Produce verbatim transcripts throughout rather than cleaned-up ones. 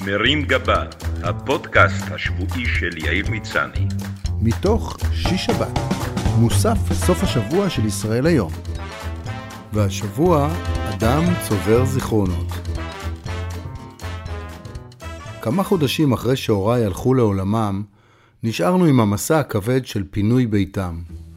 מרים גבה, הפודקאסט השבועי של יאיר מצני. מתוך שיש שבת, מוסף סוף השבוע של ישראל היום. והשבוע, אדם צובר זיכרונות. כמה חודשים אחרי שהוריי הלכו לעולמם, נשארנו עם המסע הכבד של פינוי ביתם.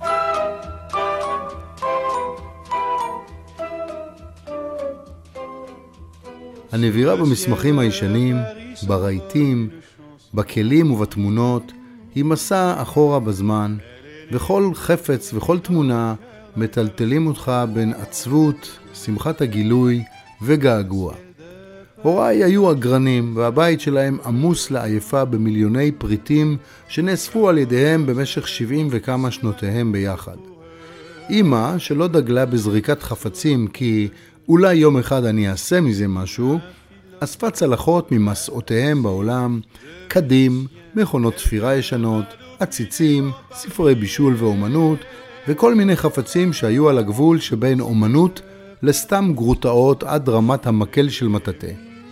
הנבירה במסמכים הישנים, ברהיטים, בכלים ובתמונות, היא מסע אחורה בזמן, וכל חפץ וכל תמונה מטלטלים אותך בין עצבות, שמחת הגילוי וגעגוע. הוריי היו אגרנים, והבית שלהם עמוס לעייפה במיליוני פריטים שנאספו על ידיהם במשך שבעים וכמה שנותיהם ביחד. אמא, שלא דגלה בזריקת חפצים כי אולי יום אחד אני אעשה מזה משהו, אספה צלחות ממסעותיהם בעולם, קדים, מכונות תפירה ישנות, עציצים, ספרי בישול ואומנות, וכל מיני חפצים שהיו על הגבול שבין אומנות לסתם גרוטאות עד רמת המקל של מטאטה.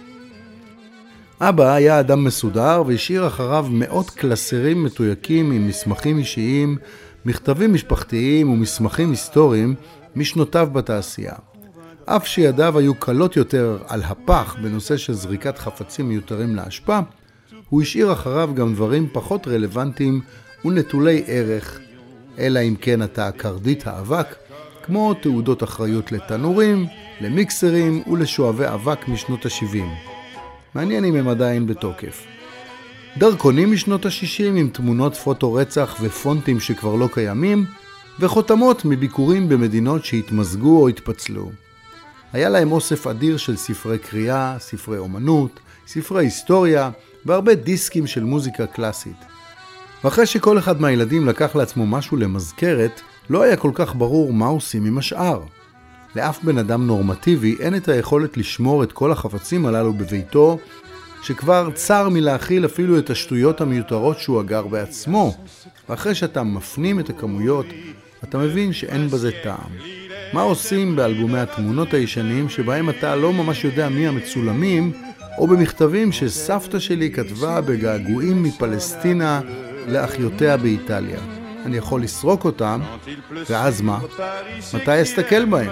אבא היה אדם מסודר והשאיר אחריו מאות קלסרים מתויקים עם מסמכים אישיים, מכתבים משפחתיים ומסמכים היסטוריים משנותיו בתעשייה. אף שידיו היו קלות יותר על הפח בנושא של זריקת חפצים מיותרים להשפעה, הוא השאיר אחריו גם דברים פחות רלוונטיים ונטולי ערך, אלא אם כן אתה קרדית האבק, כמו תעודות אחריות לתנורים, למיקסרים ולשואבי אבק משנות ה-שבעים. מעניין אם הם עדיין בתוקף. דרכונים משנות ה-שישים עם תמונות פוטו רצח ופונטים שכבר לא קיימים, וחותמות מביקורים במדינות שהתמזגו או התפצלו. היה להם אוסף אדיר של ספרי קריאה, ספרי אומנות, ספרי היסטוריה, והרבה דיסקים של מוזיקה קלאסית. ואחרי שכל אחד מהילדים לקח לעצמו משהו למזכרת, לא היה כל כך ברור מה עושים עם השאר. לאף בן אדם נורמטיבי אין את היכולת לשמור את כל החפצים הללו בביתו, שכבר צר מלהכיל אפילו את השטויות המיותרות שהוא אגר בעצמו. ואחרי שאתה מפנים את הכמויות, אתה מבין שאין בזה טעם. מה עושים באלבומי התמונות הישנים שבהם אתה לא ממש יודע מי המצולמים, או במכתבים שסבתא שלי כתבה בגעגועים מפלסטינה לאחיותיה באיטליה. אני יכול לסרוק אותם, ואז מה? מתי אסתכל בהם?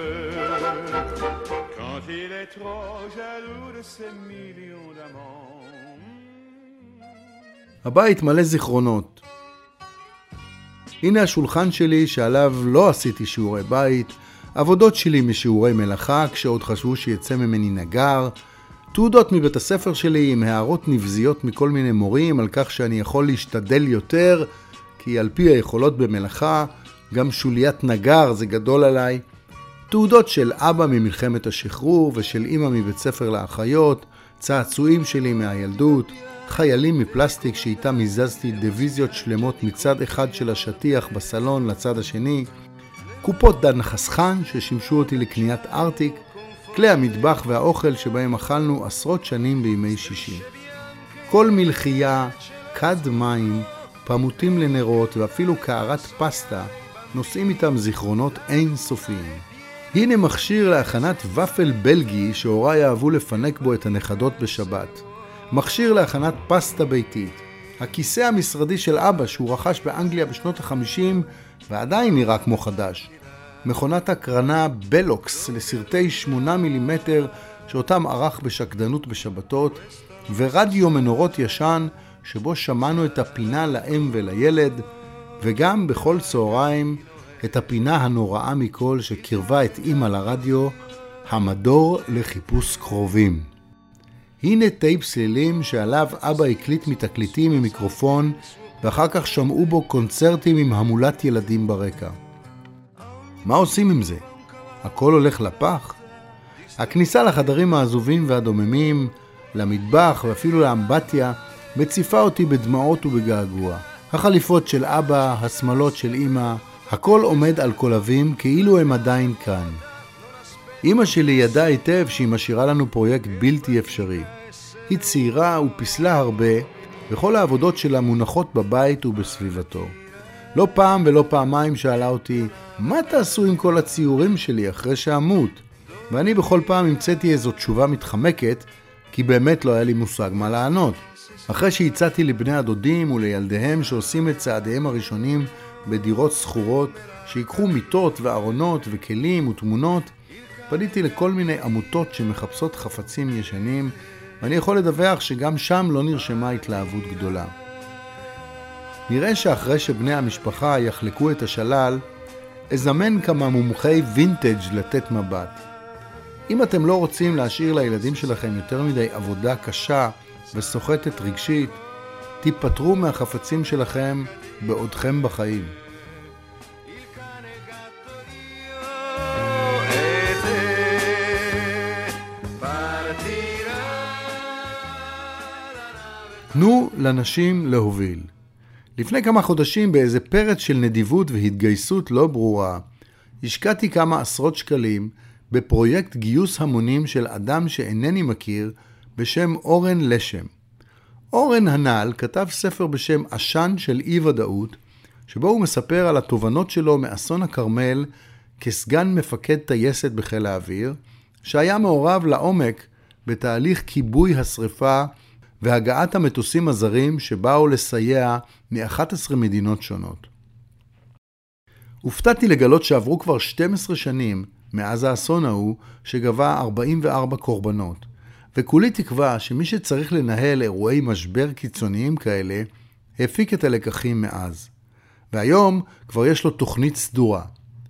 הבית מלא זיכרונות. הנה השולחן שלי שעליו לא עשיתי שיעורי בית, עבודות שלי משיעורי מלאכה כשעוד חשבו שיצא ממני נגר, תעודות מבית הספר שלי עם הערות נבזיות מכל מיני מורים על כך שאני יכול להשתדל יותר, כי על פי היכולות במלאכה, גם שוליית נגר זה גדול עליי. תעודות של אבא ממלחמת השחרור ושל אמא מבית ספר לאחיות, צעצועים שלי מהילדות, חיילים מפלסטיק שאיתם הזזתי דיוויזיות שלמות מצד אחד של השטיח בסלון לצד השני, קופות דן חסכן ששימשו אותי לקניית ארטיק, כלי המטבח והאוכל שבהם אכלנו עשרות שנים בימי שישי. כל מלחייה, כד מים, פמוטים לנרות ואפילו קערת פסטה נושאים איתם זיכרונות אין סופיים. הנה מכשיר להכנת ופל בלגי שהוריי אהבו לפנק בו את הנכדות בשבת. מכשיר להכנת פסטה ביתית. הכיסא המשרדי של אבא שהוא רכש באנגליה בשנות ה-חמישים ועדיין נראה כמו חדש. מכונת הקרנה בלוקס לסרטי שמונה מילימטר שאותם ערך בשקדנות בשבתות, ורדיו מנורות ישן שבו שמענו את הפינה לאם ולילד, וגם בכל צהריים את הפינה הנוראה מכל שקרבה את אמא לרדיו, המדור לחיפוש קרובים. הנה טייפ סלילים שעליו אבא הקליט מתקליטים עם מיקרופון, ואחר כך שמעו בו קונצרטים עם המולת ילדים ברקע. מה עושים עם זה? הכל הולך לפח? הכניסה לחדרים העזובים והדוממים, למטבח ואפילו לאמבטיה, מציפה אותי בדמעות ובגעגוע. החליפות של אבא, השמלות של אמא, הכל עומד על קולבים כאילו הם עדיין כאן. אמא שלי ידעה היטב שהיא משאירה לנו פרויקט בלתי אפשרי. היא צעירה ופסלה הרבה, וכל העבודות שלה מונחות בבית ובסביבתו. לא פעם ולא פעמיים שאלה אותי, מה תעשו עם כל הציורים שלי אחרי שאמות? ואני בכל פעם המצאתי איזו תשובה מתחמקת, כי באמת לא היה לי מושג מה לענות. אחרי שהצעתי לבני הדודים ולילדיהם שעושים את צעדיהם הראשונים בדירות סחורות, שיקחו מיטות וארונות וכלים ותמונות, פניתי לכל מיני עמותות שמחפשות חפצים ישנים, ואני יכול לדווח שגם שם לא נרשמה התלהבות גדולה. נראה שאחרי שבני המשפחה יחלקו את השלל, אזמן כמה מומחי וינטג' לתת מבט. אם אתם לא רוצים להשאיר לילדים שלכם יותר מדי עבודה קשה וסוחטת רגשית, תיפטרו מהחפצים שלכם בעודכם בחיים. תנו לנשים להוביל. לפני כמה חודשים באיזה פרץ של נדיבות והתגייסות לא ברורה, השקעתי כמה עשרות שקלים בפרויקט גיוס המונים של אדם שאינני מכיר בשם אורן לשם. אורן הנעל כתב ספר בשם עשן של אי ודאות, שבו הוא מספר על התובנות שלו מאסון הכרמל כסגן מפקד טייסת בחיל האוויר, שהיה מעורב לעומק בתהליך כיבוי השריפה והגעת המטוסים הזרים שבאו לסייע מ-אחת עשרה מדינות שונות. הופתעתי לגלות שעברו כבר שתים עשרה שנים מאז האסון ההוא שגבה ארבעים וארבע קורבנות, וכולי תקווה שמי שצריך לנהל אירועי משבר קיצוניים כאלה הפיק את הלקחים מאז. והיום כבר יש לו תוכנית סדורה.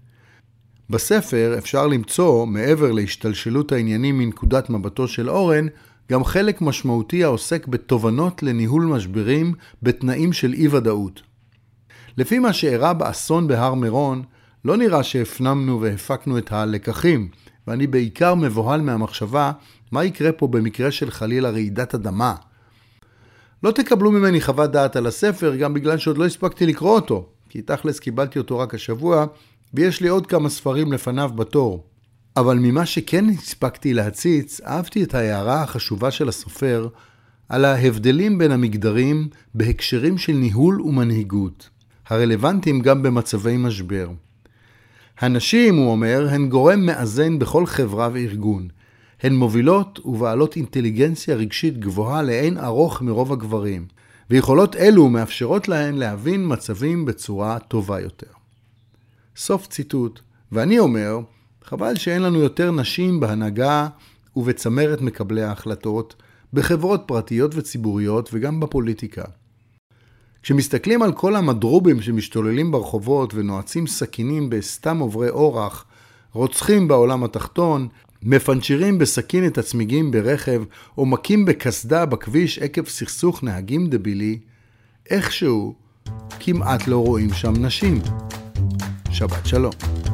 בספר אפשר למצוא, מעבר להשתלשלות העניינים מנקודת מבטו של אורן, גם חלק משמעותי העוסק בתובנות לניהול משברים בתנאים של אי ודאות. לפי מה שאירע באסון בהר מירון, לא נראה שהפנמנו והפקנו את הלקחים, ואני בעיקר מבוהל מהמחשבה מה יקרה פה במקרה של חלילה רעידת אדמה. לא תקבלו ממני חוות דעת על הספר גם בגלל שעוד לא הספקתי לקרוא אותו, כי תכלס קיבלתי אותו רק השבוע, ויש לי עוד כמה ספרים לפניו בתור. אבל ממה שכן הספקתי להציץ, אהבתי את ההערה החשובה של הסופר על ההבדלים בין המגדרים בהקשרים של ניהול ומנהיגות, הרלוונטיים גם במצבי משבר. הנשים, הוא אומר, הן גורם מאזן בכל חברה וארגון. הן מובילות ובעלות אינטליגנציה רגשית גבוהה לאין ארוך מרוב הגברים, ויכולות אלו מאפשרות להן להבין מצבים בצורה טובה יותר. סוף ציטוט. ואני אומר, חבל שאין לנו יותר נשים בהנהגה ובצמרת מקבלי ההחלטות, בחברות פרטיות וציבוריות וגם בפוליטיקה. כשמסתכלים על כל המדרובים שמשתוללים ברחובות ונועצים סכינים בסתם עוברי אורח, רוצחים בעולם התחתון, מפנצ'ירים בסכין את הצמיגים ברכב או מכים בקסדה בכביש עקב סכסוך נהגים דבילי, איכשהו כמעט לא רואים שם נשים. שבת שלום.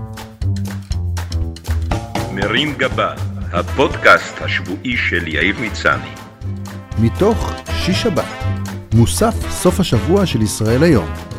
מרים גבה, הפודקאסט השבועי של יאיר מצני. מתוך שיש שבת, מוסף סוף השבוע של ישראל היום.